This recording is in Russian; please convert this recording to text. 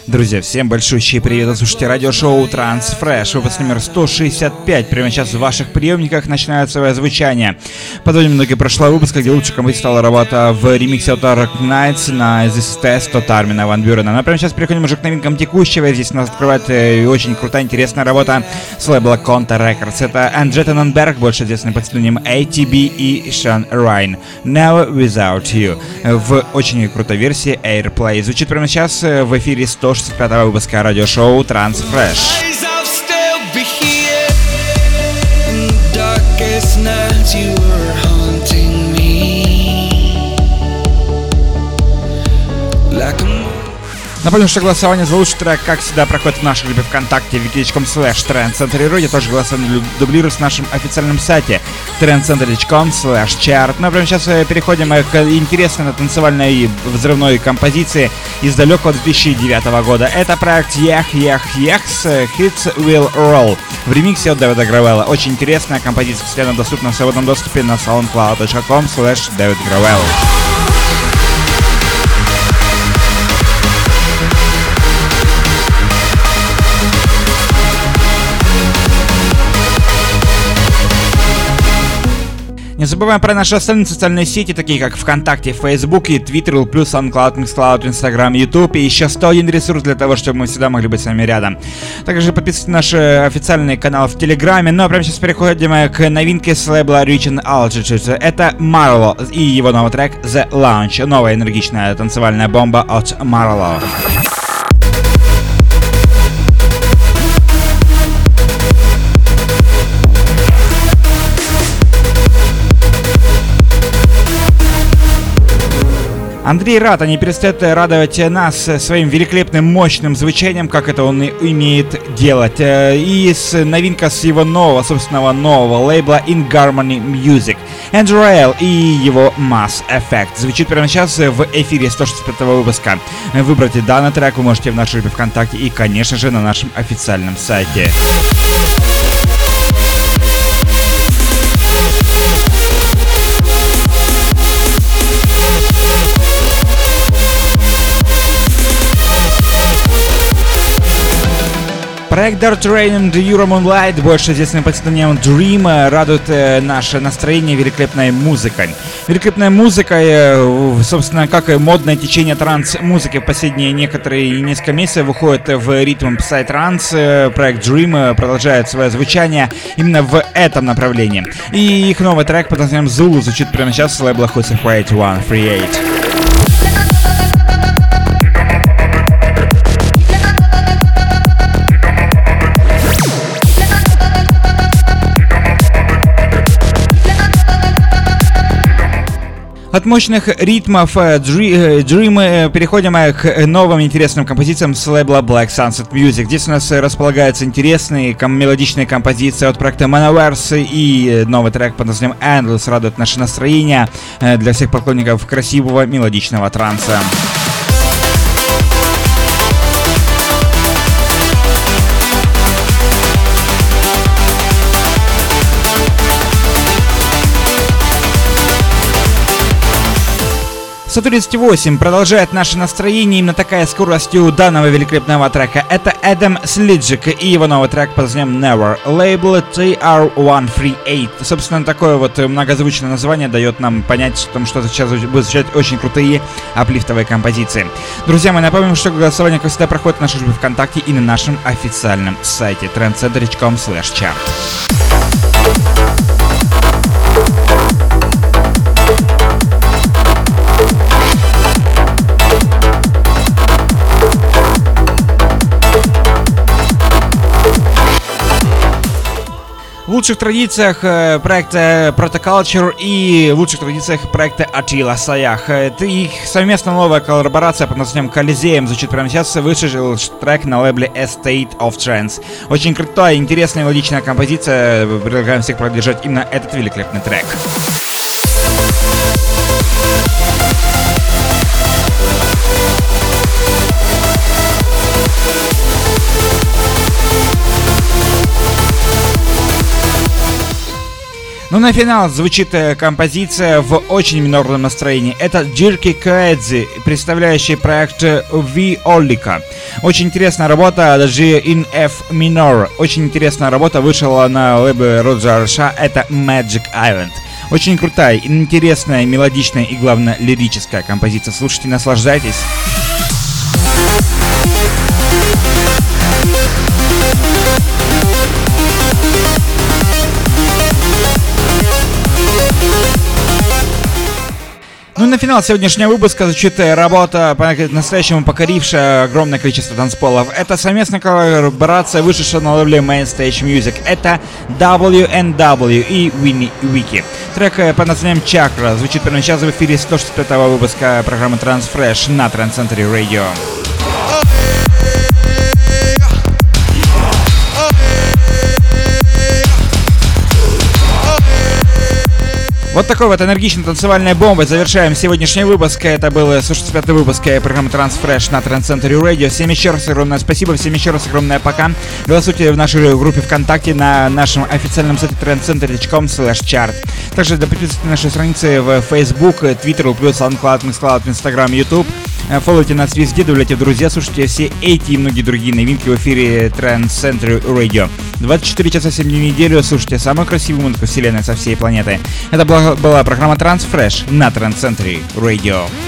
Друзья, всем большущий привет, вы слушаете радиошоу Transfresh, выпуск номер 165. Прямо сейчас в ваших приемниках начинает свое звучание. Подводим итоги прошлого выпуска, где лучшей композицией стала работа в ремиксе от Dark Knights на This Is Test от Армина Ван Бюрена. Но прямо сейчас переходим уже к новинкам текущего. Здесь у нас открывает очень крутая, интересная работа с лейбла Conta Records. Это Анджет Нонберг, больше известный под псевдонимом ATB, и Шон Райн. Never Without You в очень крутой версии Airplay. Звучит прямо сейчас в эфире 165 выпуска радиошоу Transfresh. Напомню, что голосование за лучший трек, как всегда, проходит в нашей группе ВКонтакте wiki.com/trendcenter.ru, где тоже голосование дублируется в нашем официальном сайте trendcenter.com/chart. Ну а прямо сейчас переходим к интересной танцевальной взрывной композиции из далекого 2009 года. Это проект Yeh Yeh Yeh с Hits Will Roll в ремиксе от Дэвида Гравелла. Очень интересная композиция, постоянно доступна в свободном доступе на soundcloud.com/DavidGravel. Не забываем про наши остальные социальные сети, такие как ВКонтакте, Facebook, и Twitter, плюс SoundCloud, Mixcloud, Instagram, YouTube и еще 101 ресурс для того, чтобы мы всегда могли быть с вами рядом. Также подписывайтесь на наш официальный канал в Телеграме. Ну а прямо сейчас переходим к новинке с лейбла Reaching Altitude. Это Marlo и его новый трек The Launch. Новая энергичная танцевальная бомба от Marlo. Андрей Рата не перестает радовать нас своим великолепным, мощным звучанием, как это он и умеет делать. И новинка с его собственного нового лейбла In Harmony Music. Andrew Rayel и его Mass Effect звучит прямо сейчас в эфире 165 выпуска. Выбрать данный трек вы можете в нашей группе ВКонтакте и, конечно же, на нашем официальном сайте. Проект Dark Terrain and Euro Moonlight, больше известный под псевдонимом Dream, радует наше настроение великолепной музыкой. Великолепная музыка, собственно, как и модное течение транс-музыки в последние несколько месяцев выходит в ритм Psytrance. Проект Dream продолжает свое звучание именно в этом направлении. И их новый трек под названием Zulu звучит прямо сейчас с лейбла Who's Afraid 138. От мощных ритмов Dream переходим к новым интересным композициям с лейбла Black Sunset Music. Здесь у нас располагаются интересные мелодичные композиции от проекта Manoverse, и новый трек под названием Endless радует наше настроение для всех поклонников красивого мелодичного транса. Сатурн-38 продолжает наше настроение именно такая скорость у данного великолепного трека. Это Адам Слиджик и его новый трек под названием Never. Лейбл TR138. Собственно, такое вот многозвучное название дает нам понять, что сейчас будут звучать очень крутые аплифтовые композиции. Друзья, мы напомним, что голосование, как всегда, проходит в нашей группе ВКонтакте и на нашем официальном сайте trendcenter.com/chart. В лучших традициях проекта Protoculture и в лучших традициях проекта Attila Sayah. Это их совместная новая коллаборация под названием Coliseum звучит прямо сейчас. Вышел трек на лейбле A State of Trance. Очень крутая, интересная, мелодичная композиция. Предлагаем всех продержать именно этот великолепный трек. Ну, на финал звучит композиция в очень минорном настроении. Это Джирки Коэдзи, представляющий проект Violica. Очень интересная работа, даже in F minor. Очень интересная работа вышла на лейбле Роджера Ша. Это Magic Island. Очень крутая, интересная, мелодичная и, главное, лирическая композиция. Слушайте, наслаждайтесь. Ну и на финал сегодняшнего выпуска звучит работа, по-настоящему покорившая огромное количество танцполов. Это совместная коллаборация, вышедшая на лейбле Mainstage Music. Это WNW и Winnie Wiki. Трек под названием «Чакра» звучит прямо сейчас в эфире 165-го выпуска программы Transfresh на Trans-Century Radio. Вот такой вот энергичной танцевальной бомбой завершаем сегодняшний выпуск. Это был 165-й выпуск программы Transfresh на Trans-Century Radio. Всем еще раз огромное спасибо, всем еще раз огромное пока. Голосуйте в нашей группе ВКонтакте на нашем официальном сайте trendcenter.com/chart. Также подписывайтесь на наши страницы в Facebook, Twitter, плюс SoundCloud, Mixcloud, Instagram, YouTube. Фолловите нас везде, добавляйте в друзья, слушайте все эти и многие другие новинки в эфире Trans-Century Radio. 24 часа 7 дней в неделю слушайте самую красивую музыку вселенной со всей планеты. Это была программа Transfresh на Trans-Century Radio.